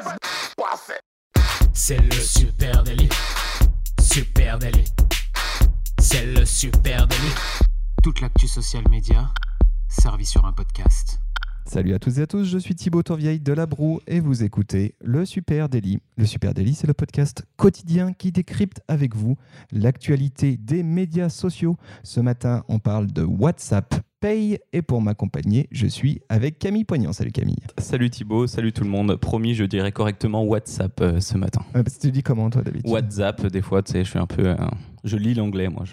C'est le super délit. Super délit. C'est le super délit. Toute l'actu social média servie sur un podcast. Salut à toutes et à tous, je suis Thibaut Tourvieille de La Broue et vous écoutez le Super Daily. Le Super Daily, c'est le podcast quotidien qui décrypte avec vous l'actualité des médias sociaux. Ce matin, on parle de WhatsApp Pay et pour m'accompagner, je suis avec Camille Poignant. Salut Camille. Salut Thibaut, salut tout le monde. Promis, je dirai correctement WhatsApp ce matin. Tu dis comment toi d'habitude ? WhatsApp, des fois, tu sais, je suis un peu... je lis l'anglais, moi.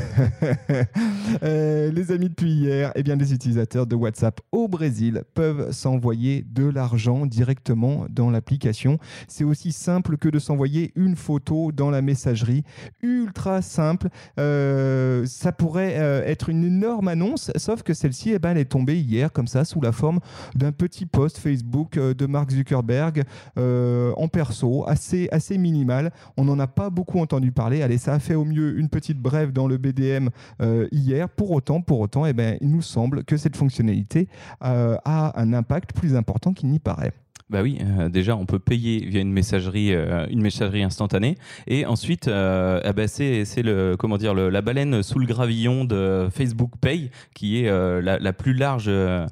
Les amis, depuis hier, les utilisateurs de WhatsApp au Brésil peuvent s'envoyer de l'argent directement dans l'application. C'est aussi simple que de s'envoyer une photo dans la messagerie. Ultra simple. Ça pourrait être une énorme annonce, sauf que celle-ci, elle est tombée hier, comme ça, sous la forme d'un petit post Facebook de Mark Zuckerberg en perso, assez minimal. On n'en a pas beaucoup entendu parler. Allez, ça a fait au mieux une petite brève dans le BDM hier. Pour autant, il nous semble que cette fonctionnalité a un impact plus important qu'il n'y paraît. Bah oui, déjà on peut payer via une messagerie instantanée et ensuite c'est la baleine sous le gravillon de Facebook Pay qui est le plus large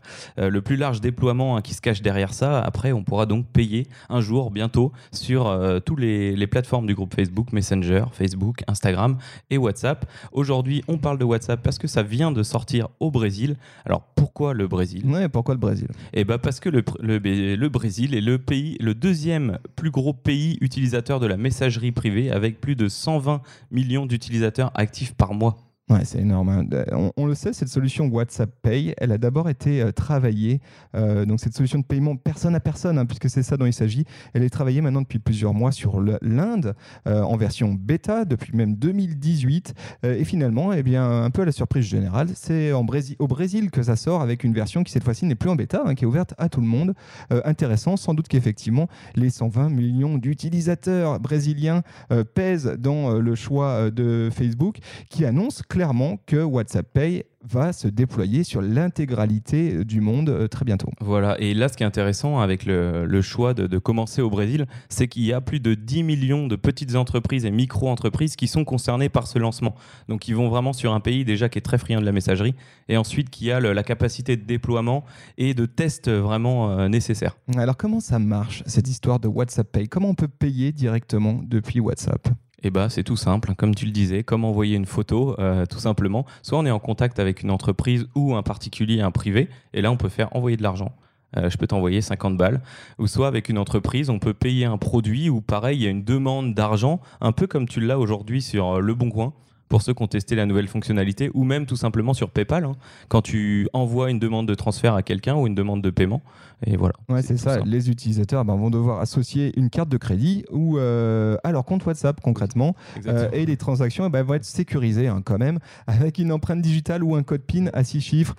déploiement qui se cache derrière ça. Après on pourra donc payer un jour bientôt sur tous les plateformes du groupe Facebook, Messenger, Facebook, Instagram et WhatsApp. Aujourd'hui on parle de WhatsApp parce que ça vient de sortir au Brésil. Alors pourquoi le Brésil ? Ouais, pourquoi le Brésil ? Parce que le Brésil est le deuxième plus gros pays utilisateur de la messagerie privée avec plus de 120 millions d'utilisateurs actifs par mois. Ouais, c'est énorme. Hein. On le sait, cette solution WhatsApp Pay, elle a d'abord été travaillée. Donc cette solution de paiement personne à personne, hein, puisque c'est ça dont il s'agit. Elle est travaillée maintenant depuis plusieurs mois sur l'Inde, en version bêta, depuis même 2018. Et finalement, un peu à la surprise générale, c'est au Brésil que ça sort avec une version qui cette fois-ci n'est plus en bêta, hein, qui est ouverte à tout le monde. Intéressant, sans doute qu'effectivement, les 120 millions d'utilisateurs brésiliens pèsent dans le choix de Facebook, qui annonce clairement que WhatsApp Pay va se déployer sur l'intégralité du monde très bientôt. Voilà, et là ce qui est intéressant avec le choix de commencer au Brésil, c'est qu'il y a plus de 10 millions de petites entreprises et micro-entreprises qui sont concernées par ce lancement. Donc ils vont vraiment sur un pays déjà qui est très friand de la messagerie et ensuite qui a la capacité de déploiement et de test vraiment nécessaires. Alors comment ça marche cette histoire de WhatsApp Pay ? Comment on peut payer directement depuis WhatsApp ? C'est tout simple, comme tu le disais, comme envoyer une photo, tout simplement. Soit on est en contact avec une entreprise ou un particulier, un privé, et là on peut faire envoyer de l'argent. Je peux t'envoyer 50 balles. Ou soit avec une entreprise, on peut payer un produit ou pareil, il y a une demande d'argent, un peu comme tu l'as aujourd'hui sur Le Bon Coin, pour ceux qui ont testé la nouvelle fonctionnalité, ou même tout simplement sur PayPal, hein, quand tu envoies une demande de transfert à quelqu'un ou une demande de paiement. Et voilà. Ouais, c'est ça. Les utilisateurs vont devoir associer une carte de crédit ou à leur compte WhatsApp concrètement. Et les transactions vont être sécurisées quand même, avec une empreinte digitale ou un code PIN à 6 chiffres.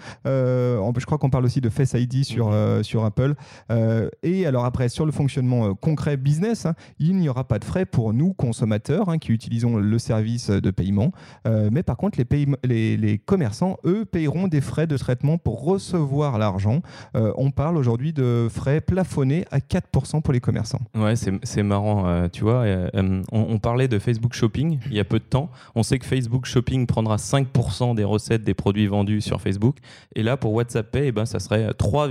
Je crois qu'on parle aussi de Face ID sur Apple. Et alors après, sur le fonctionnement concret business, il n'y aura pas de frais pour nous, consommateurs, qui utilisons le service de paiement. Mais par contre, les commerçants, eux, paieront des frais de traitement pour recevoir l'argent. On parle aujourd'hui de frais plafonnés à 4% pour les commerçants. Ouais, c'est marrant. Tu vois, on parlait de Facebook Shopping il y a peu de temps. On sait que Facebook Shopping prendra 5% des recettes des produits vendus sur Facebook. Et là, pour WhatsApp Pay, ça serait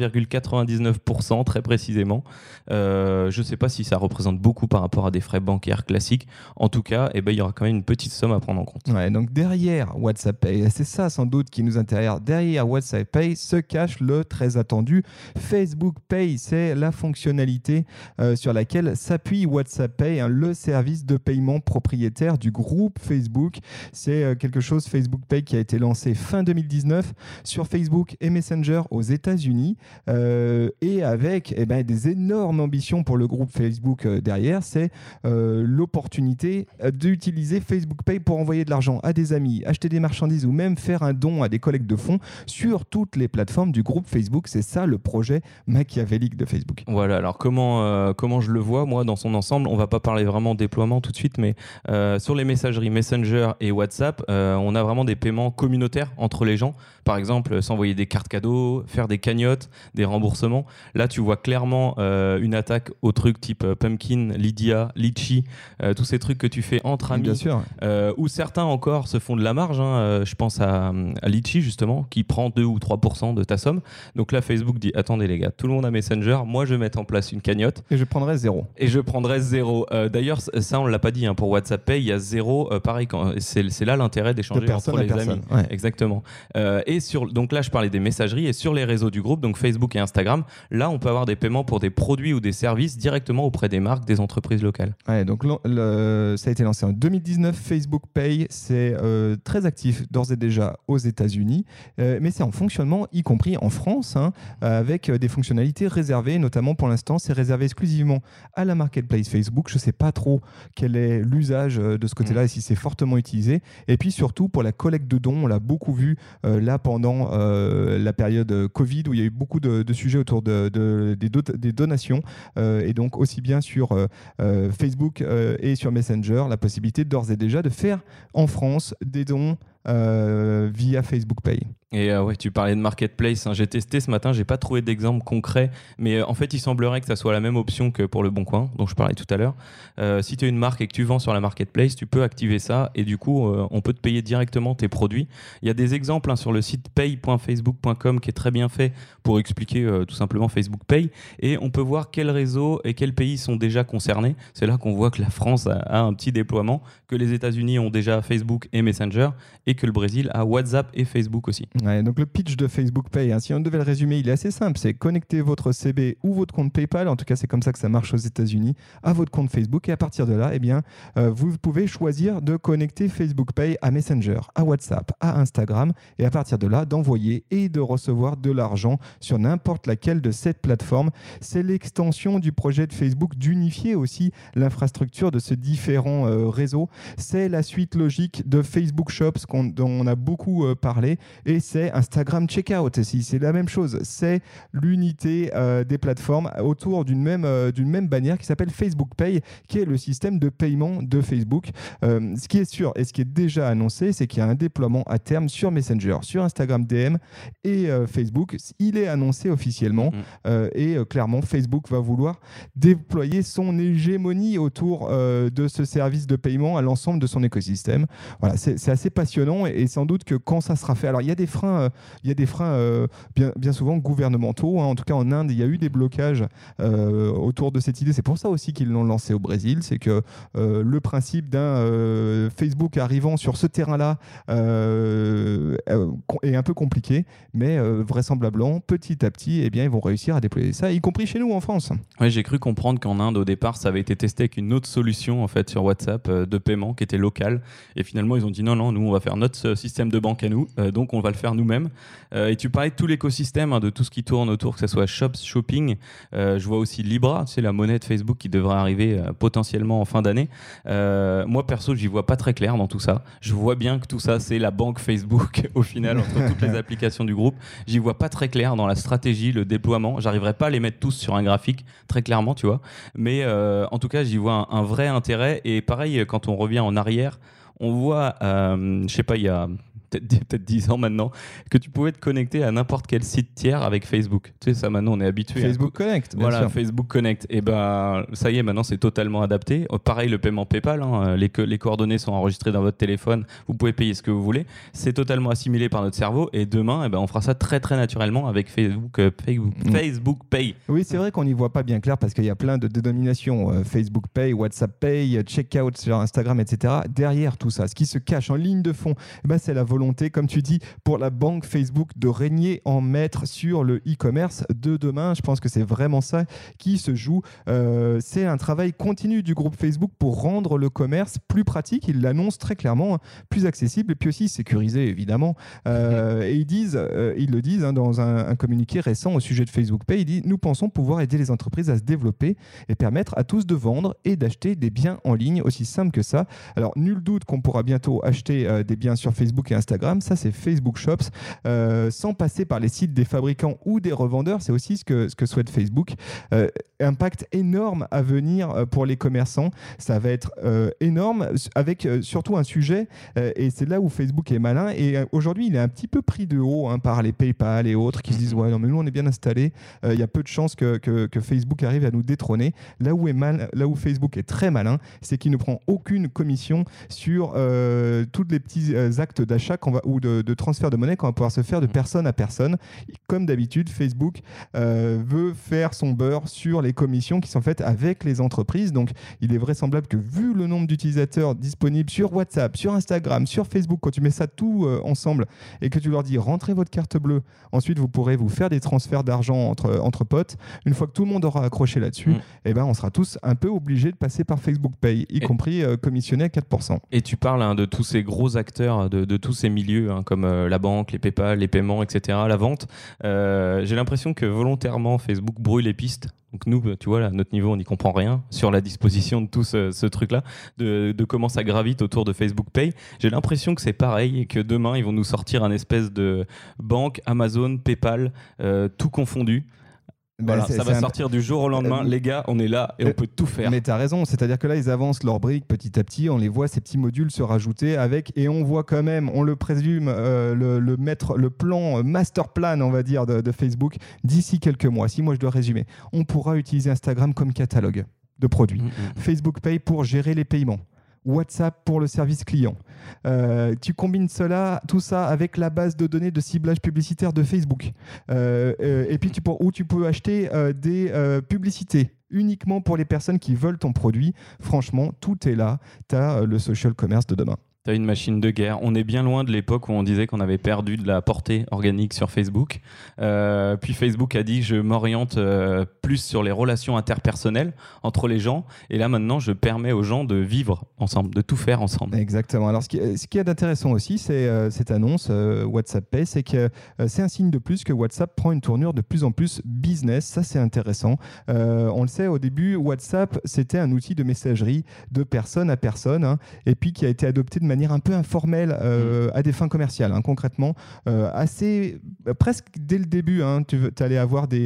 3,99% très précisément. Je ne sais pas si ça représente beaucoup par rapport à des frais bancaires classiques. En tout cas, il y aura quand même une petite somme à prendre en compte. Ouais, donc derrière WhatsApp Pay, c'est ça sans doute qui nous intéresse. Derrière WhatsApp Pay se cache le très attendu Facebook Pay. C'est la fonctionnalité sur laquelle s'appuie WhatsApp Pay, le service de paiement propriétaire du groupe Facebook. C'est quelque chose, Facebook Pay, qui a été lancé fin 2019 sur Facebook et Messenger aux États-Unis et avec des énormes ambitions pour le groupe Facebook derrière. C'est l'opportunité d'utiliser Facebook Pay pour envoyer de l'argent l'argent à des amis, acheter des marchandises ou même faire un don à des collectes de fonds sur toutes les plateformes du groupe Facebook. C'est ça le projet machiavélique de Facebook. Voilà, alors comment je le vois, moi, dans son ensemble, on va pas parler vraiment déploiement tout de suite, mais sur les messageries Messenger et WhatsApp, on a vraiment des paiements communautaires entre les gens. Par exemple, s'envoyer des cartes cadeaux, faire des cagnottes, des remboursements. Là, tu vois clairement une attaque aux trucs type Pumpkin, Lydia, Litchi, tous ces trucs que tu fais entre amis. Bien sûr. Où certains encore se font de la marge. Je pense à Litchi, justement, qui prend 2 ou 3% de ta somme. Donc là, Facebook dit, attendez les gars, tout le monde a Messenger, moi je vais mettre en place une cagnotte. Et je prendrai 0. D'ailleurs, ça on ne l'a pas dit, pour WhatsApp Pay, il y a 0, pareil, c'est là l'intérêt d'échanger entre les amis. Ouais. Exactement. Donc là, je parlais des messageries, et sur les réseaux du groupe, donc Facebook et Instagram, là on peut avoir des paiements pour des produits ou des services directement auprès des marques, des entreprises locales. Ouais, donc ça a été lancé en 2019, Facebook Pay, c'est très actif d'ores et déjà aux États-Unis, mais c'est en fonctionnement, y compris en France, avec des fonctionnalités réservées, notamment pour l'instant, c'est réservé exclusivement à la marketplace Facebook. Je ne sais pas trop quel est l'usage de ce côté-là et si c'est fortement utilisé. Et puis surtout pour la collecte de dons, on l'a beaucoup vu là pendant la période Covid où il y a eu beaucoup de sujets autour des donations et donc aussi bien sur Facebook et sur Messenger, la possibilité d'ores et déjà de faire en France des dons via Facebook Pay. Et ouais, tu parlais de marketplace, j'ai testé ce matin, j'ai pas trouvé d'exemple concret, mais en fait il semblerait que ça soit la même option que pour le Bon Coin, dont je parlais tout à l'heure. Si tu as une marque et que tu vends sur la marketplace, tu peux activer ça et du coup on peut te payer directement tes produits. Il y a des exemples sur le site pay.facebook.com qui est très bien fait pour expliquer tout simplement Facebook Pay, et on peut voir quels réseaux et quels pays sont déjà concernés. C'est là qu'on voit que la France a un petit déploiement, que les États-Unis ont déjà Facebook et Messenger et que le Brésil a WhatsApp et Facebook aussi. Ouais, donc le pitch de Facebook Pay, si on devait le résumer, il est assez simple. C'est connecter votre CB ou votre compte PayPal, en tout cas c'est comme ça que ça marche aux États-Unis, à votre compte Facebook, et à partir de là, vous pouvez choisir de connecter Facebook Pay à Messenger, à WhatsApp, à Instagram, et à partir de là, d'envoyer et de recevoir de l'argent sur n'importe laquelle de cette plateforme. C'est l'extension du projet de Facebook d'unifier aussi l'infrastructure de ces différents réseaux. C'est la suite logique de Facebook Shops dont on a beaucoup parlé, et c'est Instagram Checkout aussi. C'est la même chose. C'est l'unité des plateformes autour d'une même bannière qui s'appelle Facebook Pay, qui est le système de paiement de Facebook. Ce qui est sûr et ce qui est déjà annoncé, c'est qu'il y a un déploiement à terme sur Messenger, sur Instagram DM et Facebook. Il est annoncé officiellement et clairement, Facebook va vouloir déployer son hégémonie autour de ce service de paiement à l'ensemble de son écosystème. Voilà, c'est assez passionnant et sans doute que quand ça sera fait, alors il y a des freins bien souvent gouvernementaux. En tout cas, en Inde, il y a eu des blocages autour de cette idée. C'est pour ça aussi qu'ils l'ont lancé au Brésil. C'est que le principe d'un Facebook arrivant sur ce terrain-là est un peu compliqué, mais vraisemblablement, petit à petit, ils vont réussir à déployer ça, y compris chez nous en France. Ouais, j'ai cru comprendre qu'en Inde, au départ, ça avait été testé avec une autre solution en fait, sur WhatsApp de paiement qui était locale. Et finalement, ils ont dit non, nous, on va faire notre système de banque à nous, donc on va le faire nous-mêmes. Et tu parlais de tout l'écosystème, de tout ce qui tourne autour, que ce soit Shops, Shopping. Je vois aussi Libra, la monnaie de Facebook qui devrait arriver potentiellement en fin d'année. Moi, perso, j'y vois pas très clair dans tout ça. Je vois bien que tout ça, c'est la banque Facebook au final, entre toutes les applications du groupe. J'y vois pas très clair dans la stratégie, le déploiement. J'arriverai pas à les mettre tous sur un graphique, très clairement, tu vois. Mais en tout cas, j'y vois un vrai intérêt. Et pareil, quand on revient en arrière, on voit, je sais pas, il y a peut-être 10 ans maintenant, que tu pouvais te connecter à n'importe quel site tiers avec Facebook. Tu sais, ça maintenant, on est habitué. Facebook Connect, bien sûr. Facebook Connect. Et ça y est, maintenant, c'est totalement adapté. Pareil, le paiement PayPal, les coordonnées sont enregistrées dans votre téléphone. Vous pouvez payer ce que vous voulez. C'est totalement assimilé par notre cerveau. Et demain, on fera ça très, très naturellement avec Facebook Pay. Oui, c'est vrai qu'on n'y voit pas bien clair parce qu'il y a plein de dénominations. Facebook Pay, WhatsApp Pay, Checkout sur Instagram, etc. Derrière tout ça, ce qui se cache en ligne de fond, c'est la volonté volonté, comme tu dis, pour la banque Facebook de régner en maître sur le e-commerce de demain. Je pense que c'est vraiment ça qui se joue. C'est un travail continu du groupe Facebook pour rendre le commerce plus pratique. Ils l'annoncent très clairement, plus accessible et puis aussi sécurisé, évidemment. Et ils le disent dans un communiqué récent au sujet de Facebook Pay. Ils disent: nous pensons pouvoir aider les entreprises à se développer et permettre à tous de vendre et d'acheter des biens en ligne, aussi simple que ça. Alors, nul doute qu'on pourra bientôt acheter des biens sur Facebook et Instagram. Ça, c'est Facebook Shops, sans passer par les sites des fabricants ou des revendeurs. C'est aussi ce que souhaite Facebook. Impact énorme à venir pour les commerçants. Ça va être énorme, avec surtout un sujet, et c'est là où Facebook est malin. Et aujourd'hui, il est un petit peu pris de haut par les PayPal et autres qui se disent: ouais, non, mais nous, on est bien installés. Il y a peu de chances que Facebook arrive à nous détrôner. Là où Facebook est très malin, c'est qu'il ne prend aucune commission sur tous les petits actes d'achat ou de transfert de monnaie qu'on va pouvoir se faire de personne à personne. Comme d'habitude, Facebook veut faire son beurre sur les commissions qui sont faites avec les entreprises. Donc, il est vraisemblable que, vu le nombre d'utilisateurs disponibles sur WhatsApp, sur Instagram, sur Facebook, quand tu mets ça tout ensemble et que tu leur dis: rentrez votre carte bleue, ensuite vous pourrez vous faire des transferts d'argent entre potes. Une fois que tout le monde aura accroché là-dessus, on sera tous un peu obligés de passer par Facebook Pay, y compris commissionné à 4%. Et tu parles de tous ces gros acteurs, de tous ces milieux, comme la banque, les PayPal, les paiements, etc., la vente. J'ai l'impression que volontairement, Facebook brouille les pistes. Donc nous, tu vois, là, à notre niveau, on n'y comprend rien sur la disposition de tout ce truc-là, de comment ça gravite autour de Facebook Pay. J'ai l'impression que c'est pareil et que demain, ils vont nous sortir un espèce de banque, Amazon, PayPal, tout confondu. Voilà, ça va sortir du jour au lendemain. Les gars, on est là et on peut tout faire. Mais tu as raison, c'est-à-dire que là, ils avancent leurs briques petit à petit. On les voit, ces petits modules se rajouter avec, et on voit quand même, on le présume, le plan, master plan, on va dire, de Facebook d'ici quelques mois. Si moi je dois résumer, on pourra utiliser Instagram comme catalogue de produits, Facebook Pay pour gérer les paiements, WhatsApp pour le service client. Tu combines tout ça avec la base de données de ciblage publicitaire de Facebook. Et puis tu peux acheter des publicités uniquement pour les personnes qui veulent ton produit. Franchement, tout est là. Tu as le social commerce de demain. T'as une machine de guerre. On est bien loin de l'époque où on disait qu'on avait perdu de la portée organique sur Facebook. Puis Facebook a dit: je m'oriente plus sur les relations interpersonnelles entre les gens. Et là, maintenant, je permets aux gens de vivre ensemble, de tout faire ensemble. Exactement. Alors, ce qui est intéressant aussi, c'est cette annonce WhatsApp Pay, c'est que c'est un signe de plus que WhatsApp prend une tournure de plus en plus business. Ça, c'est intéressant. On le sait, au début, WhatsApp, c'était un outil de messagerie de personne à personne, et puis qui a été adopté de manière un peu informelle à des fins commerciales, concrètement, presque dès le début. Tu allais avoir des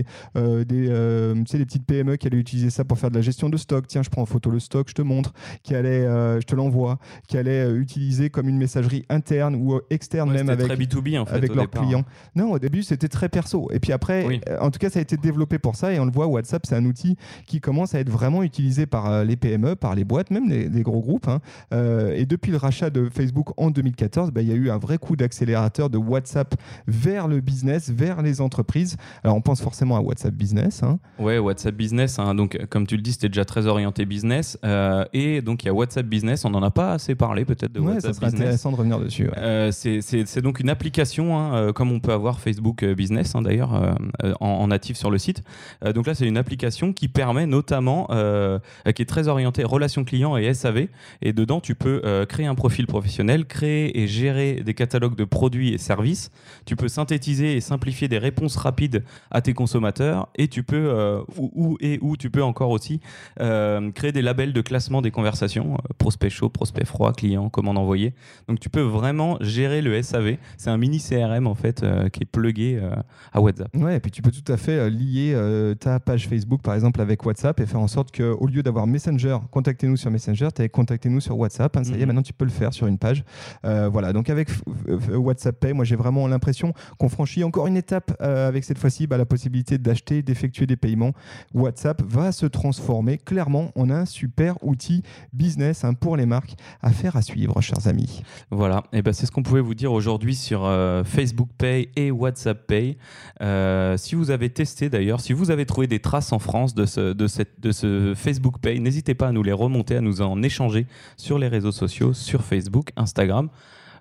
petites PME qui allaient utiliser ça pour faire de la gestion de stock. Tiens, je prends en photo le stock, je te montre, je te l'envoie, qui allait utiliser comme une messagerie interne ou externe, même avec, très B2B, en fait, avec leurs clients. Non, au début, c'était très perso. Et puis après, en tout cas, ça a été développé pour ça, et on le voit, WhatsApp, c'est un outil qui commence à être vraiment utilisé par les PME, par les boîtes, même les gros groupes. Et depuis le rachat de Facebook en 2014, il y a eu un vrai coup d'accélérateur de WhatsApp vers le business, vers les entreprises. Alors, on pense forcément à WhatsApp Business. Ouais, WhatsApp Business. Donc, comme tu le dis, c'était déjà très orienté business. Et donc, il y a WhatsApp Business. On n'en a pas assez parlé, peut-être, de WhatsApp ça serait Business. Intéressant de revenir dessus. C'est donc une application, comme on peut avoir Facebook Business, d'ailleurs, en natif sur le site. Donc là, c'est une application qui permet notamment, qui est très orientée relations clients et SAV. Et dedans, tu peux créer un profil professionnel, créer et gérer des catalogues de produits et services. Tu peux synthétiser et simplifier des réponses rapides à tes consommateurs, et tu peux tu peux encore aussi créer des labels de classement des conversations, prospect chaud, prospect froid, client, commande envoyée. Donc tu peux vraiment gérer le SAV. C'est un mini CRM en fait qui est plugué à WhatsApp. Ouais, et puis tu peux tout à fait lier ta page Facebook par exemple avec WhatsApp et faire en sorte qu'au lieu d'avoir Messenger, contactez-nous sur Messenger, tu as contactez-nous sur WhatsApp. Ça y est, maintenant tu peux le faire sur une page. Voilà, donc avec WhatsApp Pay, moi j'ai vraiment l'impression qu'on franchit encore une étape avec cette fois-ci la possibilité d'acheter, d'effectuer des paiements. WhatsApp va se transformer clairement en un super outil business pour les marques. Affaire à suivre, chers amis. Voilà, et c'est ce qu'on pouvait vous dire aujourd'hui sur Facebook Pay et WhatsApp Pay. Si vous avez testé d'ailleurs, si vous avez trouvé des traces en France de ce Facebook Pay, n'hésitez pas à nous les remonter, à nous en échanger sur les réseaux sociaux, sur Facebook, Instagram.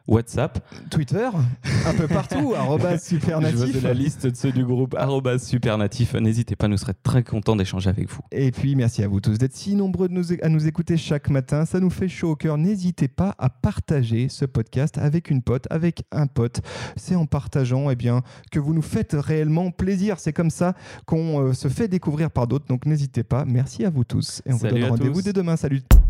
WhatsApp, Twitter, un peu partout, @supernatif. Je veux la liste de ceux du groupe @supernatif. N'hésitez pas, nous serons très contents d'échanger avec vous. Et puis merci à vous tous d'être si nombreux à nous écouter chaque matin. Ça nous fait chaud au cœur. N'hésitez pas à partager ce podcast avec une pote, avec un pote. C'est en partageant que vous nous faites réellement plaisir. C'est comme ça qu'on se fait découvrir par d'autres. Donc n'hésitez pas. Merci à vous tous. Et on vous donne rendez-vous dès demain. Salut.